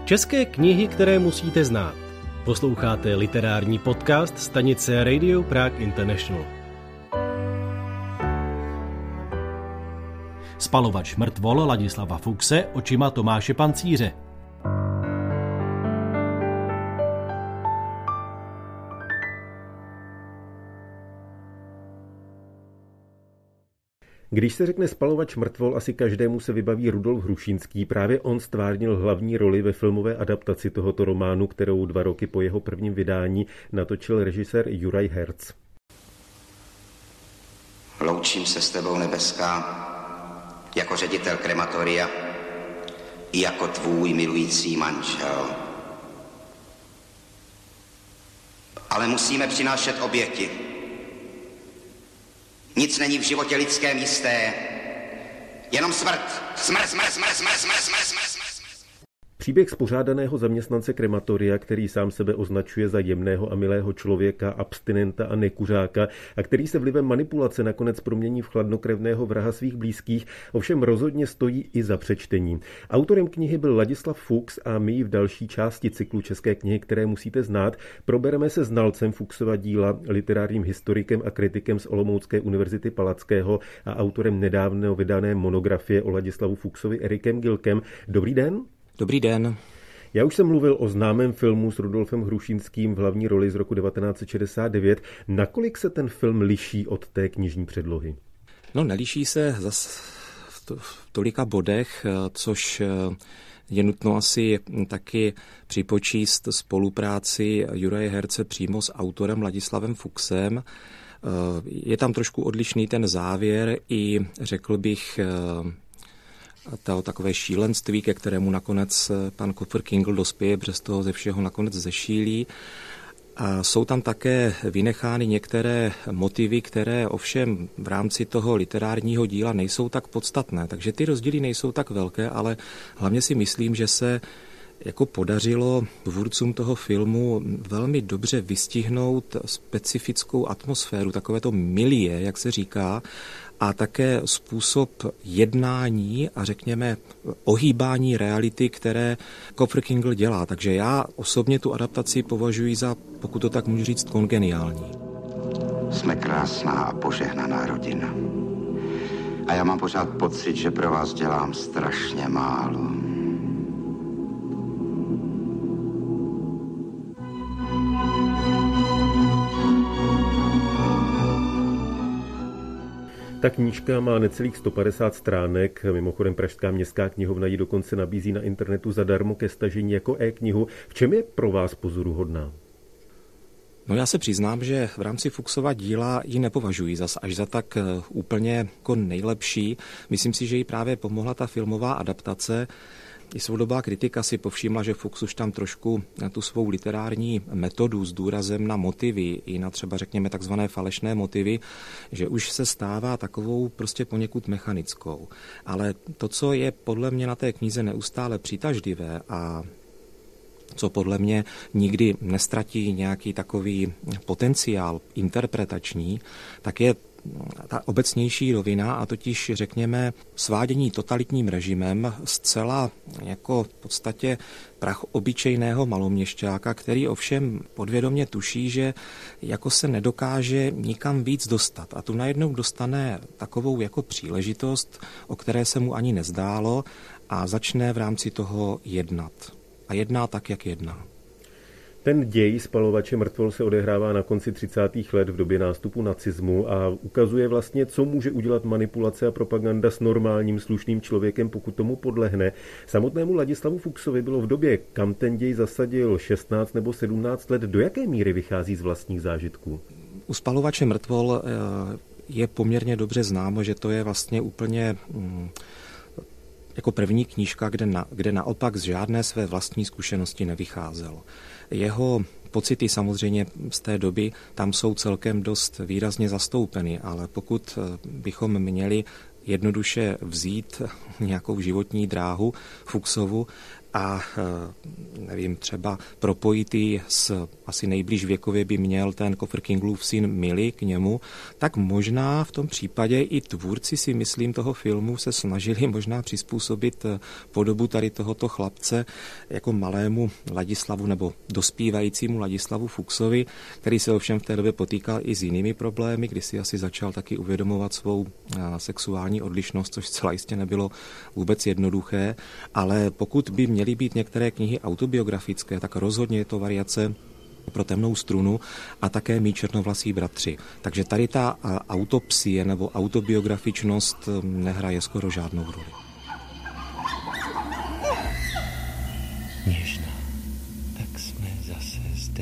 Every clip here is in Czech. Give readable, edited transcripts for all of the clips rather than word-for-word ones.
České knihy, které musíte znát. Posloucháte literární podcast stanice Radio Prague International. Spalovač mrtvol Ladislava Fuchse očima Tomáše Pancíře. Když se řekne Spalovač mrtvol, asi každému se vybaví Rudolf Hrušínský. Právě on stvárnil hlavní roli ve filmové adaptaci tohoto románu, kterou 2 roky po jeho prvním vydání natočil režisér Juraj Herz. Loučím se s tebou, nebeská, jako ředitel krematoria i jako tvůj milující manžel. Ale musíme přinášet oběti. Nic není v životě lidském jisté. Jenom smrt. Smrt. Příběh spořádaného zaměstnance krematoria, který sám sebe označuje za jemného a milého člověka, abstinenta a nekuřáka a který se vlivem manipulace nakonec promění v chladnokrevného vraha svých blízkých, ovšem rozhodně stojí i za přečtení. Autorem knihy byl Ladislav Fuchs a my v další části cyklu České knihy, které musíte znát, probereme se znalcem Fuchsova díla, literárním historikem a kritikem z Olomoucké univerzity Palackého a autorem nedávno vydané monografie o Ladislavu Fuchsovi Erikem Gilkem. Dobrý den. Dobrý den. Já už jsem mluvil o známém filmu s Rudolfem Hrušínským v hlavní roli z roku 1969. Nakolik se ten film liší od té knižní předlohy? No, neliší se zas v tolika bodech, což je nutno asi taky připočíst spolupráci Juraje Herce přímo s autorem Ladislavem Fuchsem. Je tam trošku odlišný ten závěr i, řekl bych, to takové šílenství, ke kterému nakonec pan Köpfer-Kingl dospěje, přes toho ze všeho nakonec zešílí. A jsou tam také vynechány některé motivy, které ovšem v rámci toho literárního díla nejsou tak podstatné. Takže ty rozdíly nejsou tak velké, ale hlavně si myslím, že se jako podařilo tvůrcům toho filmu velmi dobře vystihnout specifickou atmosféru, takovéto milie, jak se říká, a také způsob jednání a řekněme ohýbání reality, které Köpfer-Kingl dělá. Takže já osobně tu adaptaci považuji za, pokud to tak můžu říct, kongeniální. Jsme krásná a požehnaná rodina. A já mám pořád pocit, že pro vás dělám strašně málo. Ta knížka má necelých 150 stránek, mimochodem Pražská městská knihovna ji dokonce nabízí na internetu zadarmo ke stažení jako e-knihu. V čem je pro vás pozoruhodná? No, já se přiznám, že v rámci Fuchsova díla ji nepovažuji až za tak úplně jako nejlepší. Myslím si, že jí právě pomohla ta filmová adaptace. I soudobá kritika si povšimla, že Fuchs už tam trošku na tu svou literární metodu s důrazem na motivy i na třeba řekněme takzvané falešné motivy, že už se stává takovou prostě poněkud mechanickou. Ale to, co je podle mě na té knize neustále přitažlivé a co podle mě nikdy nestratí nějaký takový potenciál interpretační, tak je ta obecnější rovina, a totiž řekněme svádění totalitním režimem zcela jako v podstatě prach obyčejného maloměšťáka, který ovšem podvědomě tuší, že jako se nedokáže nikam víc dostat. A tu najednou dostane takovou jako příležitost, o které se mu ani nezdálo, a začne v rámci toho jednat. A jedná tak, jak jedná. Ten děj Spalovače mrtvol se odehrává na konci 30. let v době nástupu nacismu a ukazuje vlastně, co může udělat manipulace a propaganda s normálním slušným člověkem, pokud tomu podlehne. Samotnému Ladislavu Fuchsovi bylo v době, kam ten děj zasadil, 16 nebo 17 let. Do jaké míry vychází z vlastních zážitků? U Spalovače mrtvol je poměrně dobře známo, že to je vlastně úplně jako první knížka, kde naopak z žádné své vlastní zkušenosti nevycházel. Jeho pocity samozřejmě z té doby tam jsou celkem dost výrazně zastoupeny, ale pokud bychom měli jednoduše vzít nějakou životní dráhu Fuchsovu, a nevím, třeba propojit ji s asi nejblíž věkově by měl ten Copperkinglův syn Millie k němu, tak možná v tom případě i tvůrci, si myslím, toho filmu se snažili možná přizpůsobit podobu tady tohoto chlapce jako malému Ladislavu nebo dospívajícímu Ladislavu Fuchsovi, který se ovšem v té době potýkal i s jinými problémy, kdy si asi začal taky uvědomovat svou sexuální odlišnost, což zcela jistě nebylo vůbec jednoduché, ale pokud by měly být některé knihy autobiografické, tak rozhodně je to variace pro Temnou strunu a také Mí černovlasí bratři. Takže tady ta autopsie nebo autobiografičnost nehraje skoro žádnou roli. Něžná, tak jsme zase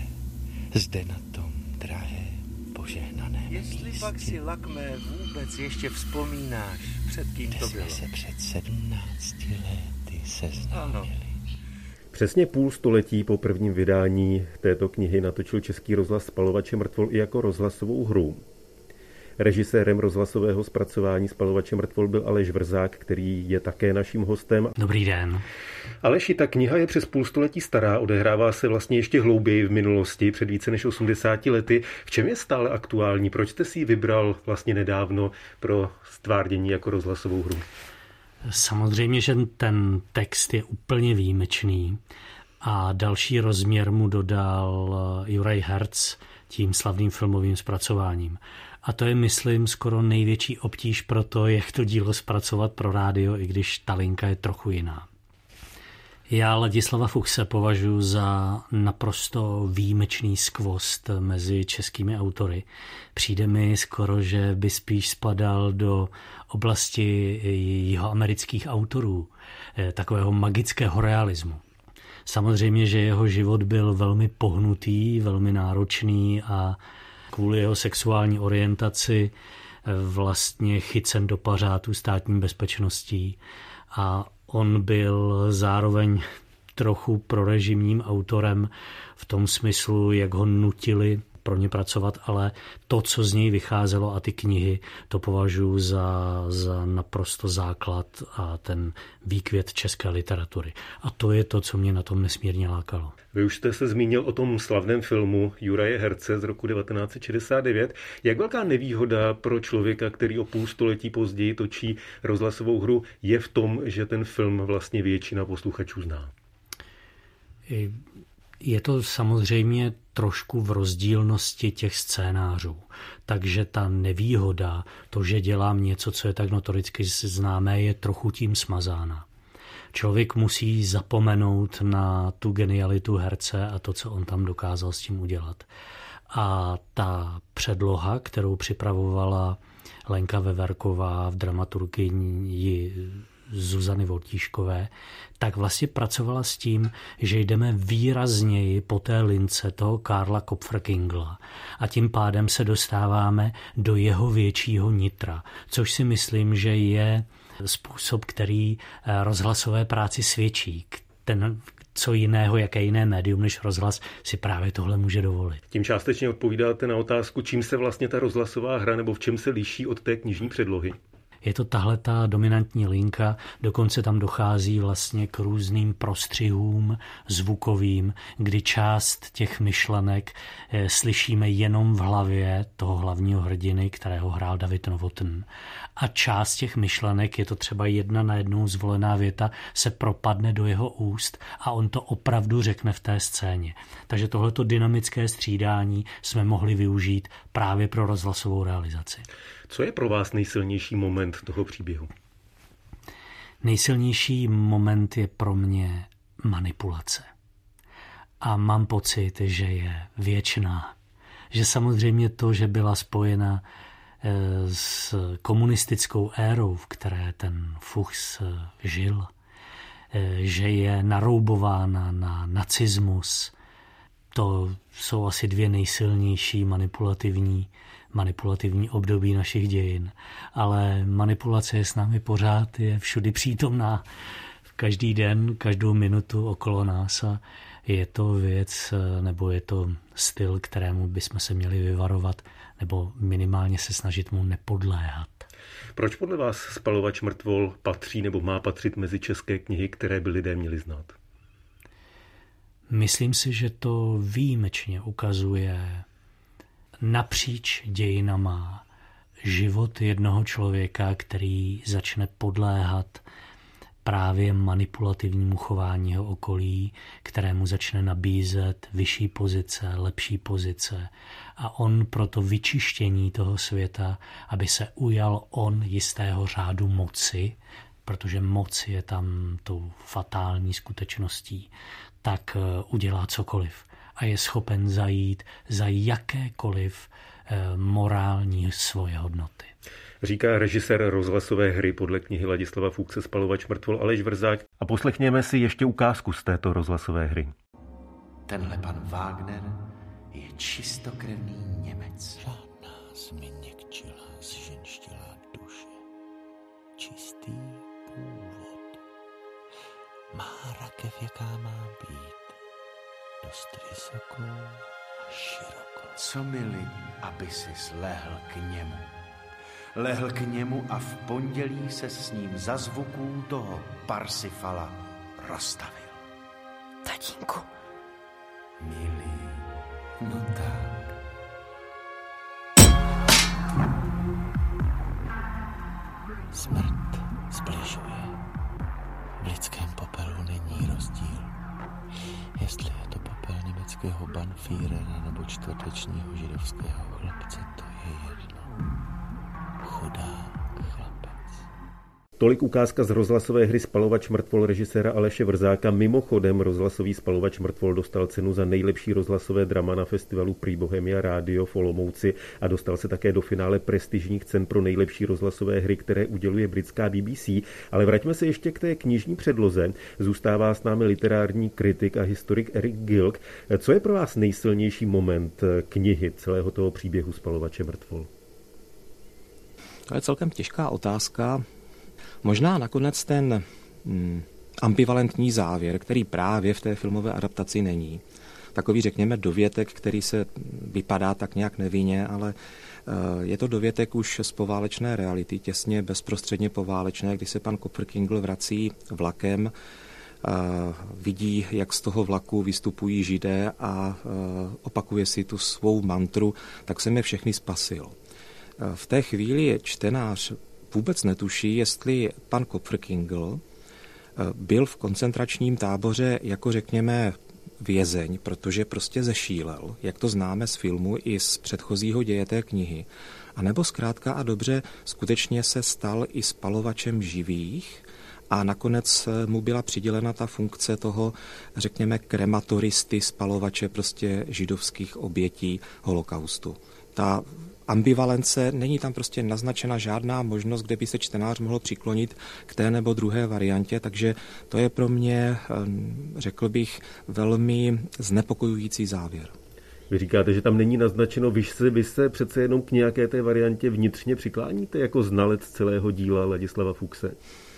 zde na tom drahé požehnané Jestli místě. pak si, Lakmé, vůbec ještě vzpomínáš, před kým to bylo? Jsme se před 17 lety seznámili. Přesně půl století po prvním vydání této knihy natočil Český rozhlas Spalovače mrtvol i jako rozhlasovou hru. Režisérem rozhlasového zpracování Spalovače mrtvol byl Aleš Vrzák, který je také naším hostem. Dobrý den. Aleši, ta kniha je přes půl století stará, odehrává se vlastně ještě hlouběji v minulosti, před více než 80 lety. V čem je stále aktuální? Proč jste si ji vybral vlastně nedávno pro stvárnění jako rozhlasovou hru? Samozřejmě, že ten text je úplně výjimečný a další rozměr mu dodal Juraj Herc tím slavným filmovým zpracováním. A to je, myslím, skoro největší obtíž pro to, jak to dílo zpracovat pro rádio, i když ta linka je trochu jiná. Já Ladislava Fuchse považuji za naprosto výjimečný skvost mezi českými autory. Přijde mi skoro, že by spíš spadal do oblasti jihoamerických autorů, takového magického realismu. Samozřejmě, že jeho život byl velmi pohnutý, velmi náročný a kvůli jeho sexuální orientaci vlastně chycen do pařátu státní bezpečností a on byl zároveň trochu prorežimním autorem v tom smyslu, jak ho nutili pro ně pracovat, ale to, co z něj vycházelo a ty knihy, to považuji za naprosto základ a ten výkvět české literatury. A to je to, co mě na tom nesmírně lákalo. Vy už jste se zmínil o tom slavném filmu Juraje Herce z roku 1969. Jak velká nevýhoda pro člověka, který o půl století později točí rozhlasovou hru, je v tom, že ten film vlastně většina posluchačů zná? Je to samozřejmě trošku v rozdílnosti těch scénářů. Takže ta nevýhoda, to, že dělám něco, co je tak notoricky známé, je trochu tím smazána. Člověk musí zapomenout na tu genialitu herce a to, co on tam dokázal s tím udělat. A ta předloha, kterou připravovala Lenka Veverková v dramaturgii Zuzany Vortíškové, tak vlastně pracovala s tím, že jdeme výrazněji po té lince toho Karla Copperkingla a tím pádem se dostáváme do jeho většího nitra, což si myslím, že je způsob, který rozhlasové práci svědčí. Ten, co jiného, jaké jiné médium než rozhlas si právě tohle může dovolit. Tím částečně odpovídáte na otázku, čím se vlastně ta rozhlasová hra nebo v čem se liší od té knižní předlohy. Je to tahle ta dominantní linka, dokonce tam dochází vlastně k různým prostřihům zvukovým, kdy část těch myšlenek slyšíme jenom v hlavě toho hlavního hrdiny, kterého hrál David Novotný. A část těch myšlenek, je to třeba jedna na jednou zvolená věta, se propadne do jeho úst a on to opravdu řekne v té scéně. Takže tohleto dynamické střídání jsme mohli využít právě pro rozhlasovou realizaci. Co je pro vás nejsilnější moment toho příběhu? Nejsilnější moment je pro mě manipulace. A mám pocit, že je věčná. Že samozřejmě to, že byla spojena s komunistickou érou, v které ten Fuchs žil, že je naroubována na nacismus, to jsou asi dvě nejsilnější manipulativní období našich dějin. Ale manipulace je s námi pořád, je všudy přítomná. Každý den, každou minutu okolo nás a je to věc, nebo je to styl, kterému bychom se měli vyvarovat, nebo minimálně se snažit mu nepodléhat. Proč podle vás Spalovač mrtvol patří nebo má patřit mezi české knihy, které by lidé měli znát? Myslím si, že to výjimečně ukazuje napříč dějinama život jednoho člověka, který začne podléhat právě manipulativnímu chování jeho okolí, kterému začne nabízet vyšší pozice, lepší pozice. A on pro to vyčištění toho světa, aby se ujal on jistého řádu moci, protože moc je tam tou fatální skutečností, tak udělá cokoliv. A je schopen zajít za jakékoliv morální svoje hodnoty. Říká režisér rozhlasové hry podle knihy Ladislava Fuchse Spalovač mrtvol Aleš Vrzák. A poslechněme si ještě ukázku z této rozhlasové hry. Tenhle pan Wagner je čistokrevný Němec. Žádná změkčila, zženštilá duše. Čistý původ. Má rakev, jaká má být. Dost vysokou a širokou. Co mili, aby si lehl k němu. Lehl k němu a v pondělí se s ním za zvuků toho Parsifala rozstavil. Tatínku. Milý, no tak. Smrt zbližuje. V lidském popelu není rozdíl. Jestli je to popel německého Banfírera nebo čtvrtečního židovského chlapce, to je jedno. Chudák chlapec. Tolik ukázka z rozhlasové hry Spalovač mrtvol režiséra Aleše Vrzáka. Mimochodem rozhlasový Spalovač mrtvol dostal cenu za nejlepší rozhlasové drama na festivalu Prix Bohemia Radio v Olomouci a dostal se také do finále prestižních cen pro nejlepší rozhlasové hry, které uděluje britská BBC. Ale vraťme se ještě k té knižní předloze. Zůstává s námi literární kritik a historik Erik Gilk. Co je pro vás nejsilnější moment knihy celého toho příběhu Spalovače mrtvol? To je celkem těžká otázka. Možná nakonec ten ambivalentní závěr, který právě v té filmové adaptaci není. Takový, řekněme, dovětek, který se vypadá tak nějak nevinně, ale je to dovětek už z poválečné reality, těsně bezprostředně poválečné, kdy se pan Kopfrkingl vrací vlakem, vidí, jak z toho vlaku vystupují Židé a opakuje si tu svou mantru, tak jsem je všechny spasil. V té chvíli čtenář vůbec netuší, jestli pan Kopfrkingl byl v koncentračním táboře jako, řekněme, vězeň, protože prostě zešílel, jak to známe z filmu i z předchozího děje té knihy. A nebo zkrátka a dobře skutečně se stal i spalovačem živých a nakonec mu byla přidělena ta funkce toho, řekněme, krematoristy, spalovače prostě židovských obětí holokaustu. Ta ambivalence, není tam prostě naznačena žádná možnost, kde by se čtenář mohl přiklonit k té nebo druhé variantě, takže to je pro mě, řekl bych, velmi znepokojující závěr. Vy říkáte, že tam není naznačeno, vy se přece jenom k nějaké té variantě vnitřně přikláníte jako znalec celého díla Ladislava Fuchse?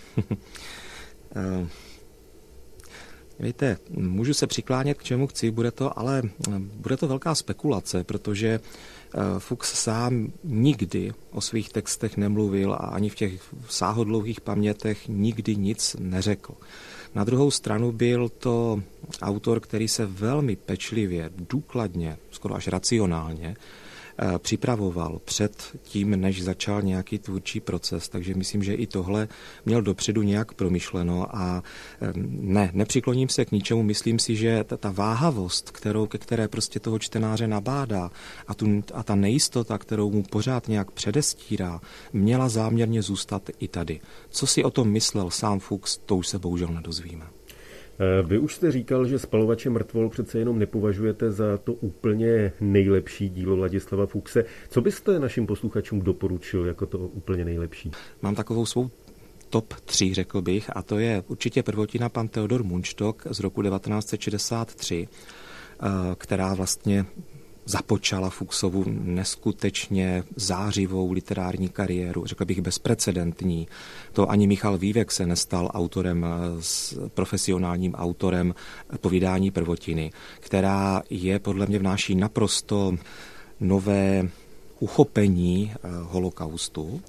Víte, můžu se přiklánět k čemu chci, bude to velká spekulace, protože Fuchs sám nikdy o svých textech nemluvil a ani v těch sáhodlouhých pamětech nikdy nic neřekl. Na druhou stranu byl to autor, který se velmi pečlivě, důkladně, skoro až racionálně připravoval před tím, než začal nějaký tvůrčí proces, takže myslím, že i tohle měl dopředu nějak promyšleno a nepřikloním se k ničemu, myslím si, že ta váhavost, ke které prostě toho čtenáře nabádá a ta nejistota, kterou mu pořád nějak předestírá, měla záměrně zůstat i tady. Co si o tom myslel sám Fuchs, to už se bohužel nedozvíme. Vy už jste říkal, že Spalovače mrtvol přece jenom nepovažujete za to úplně nejlepší dílo Ladislava Fuchse. Co byste našim posluchačům doporučil jako to úplně nejlepší? Mám takovou svou top 3, řekl bych, a to je určitě prvotina pan Theodor Mundstock z roku 1963, která vlastně započala Fuchsovu neskutečně zářivou literární kariéru, řekl bych bezprecedentní. To ani Michal Vývek se nestal profesionálním autorem povídání prvotiny, která je podle mě vnáší naprosto nové uchopení holokaustu.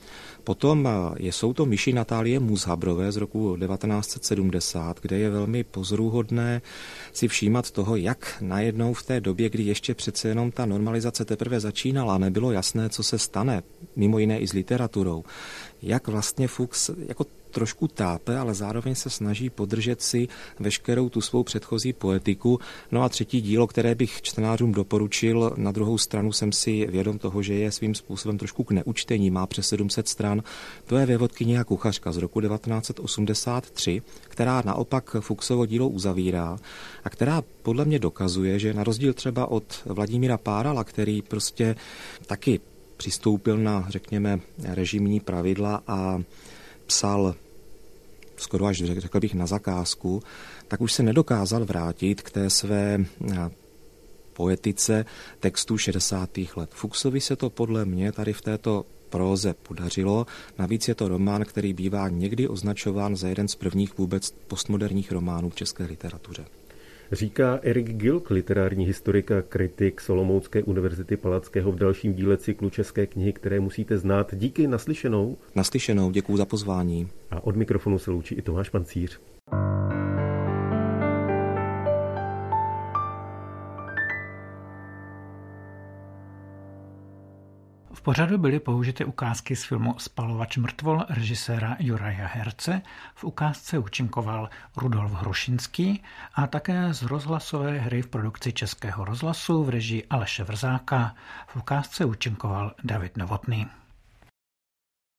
Potom jsou to myši Natálie Mushabrové z roku 1970, kde je velmi pozoruhodné si všímat toho, jak najednou v té době, kdy ještě přece jenom ta normalizace teprve začínala, nebylo jasné, co se stane, mimo jiné i s literaturou, jak vlastně Fuchs jako trošku tápe, ale zároveň se snaží podržet si veškerou tu svou předchozí poetiku. No a třetí dílo, které bych čtenářům doporučil, na druhou stranu jsem si vědom toho, že je svým způsobem trošku k neučtení, má přes 700 stran, to je Vévodkyně a kuchařka z roku 1983, která naopak Fuchsovo dílo uzavírá a která podle mě dokazuje, že na rozdíl třeba od Vladimíra Párala, který prostě taky přistoupil na, řekněme, režimní pravidla a psal skoro až, řekl bych, na zakázku, tak už se nedokázal vrátit k té své poetice textů 60. let. Fuchsovi se to podle mě tady v této próze podařilo. Navíc je to román, který bývá někdy označován za jeden z prvních vůbec postmoderních románů v české literatuře. Říká Erik Gilk, literární historik a kritik z Olomoucké univerzity Palackého v dalším díle cyklu České knihy, které musíte znát. Díky, naslyšenou. Naslyšenou, děkuju za pozvání. A od mikrofonu se loučí i Tomáš Pancíř. V pořadu byly použity ukázky z filmu Spalovač mrtvol režiséra Juraja Herce, v ukázce účinkoval Rudolf Hrušinský a také z rozhlasové hry v produkci Českého rozhlasu v režii Aleše Vrzáka. V ukázce účinkoval David Novotný.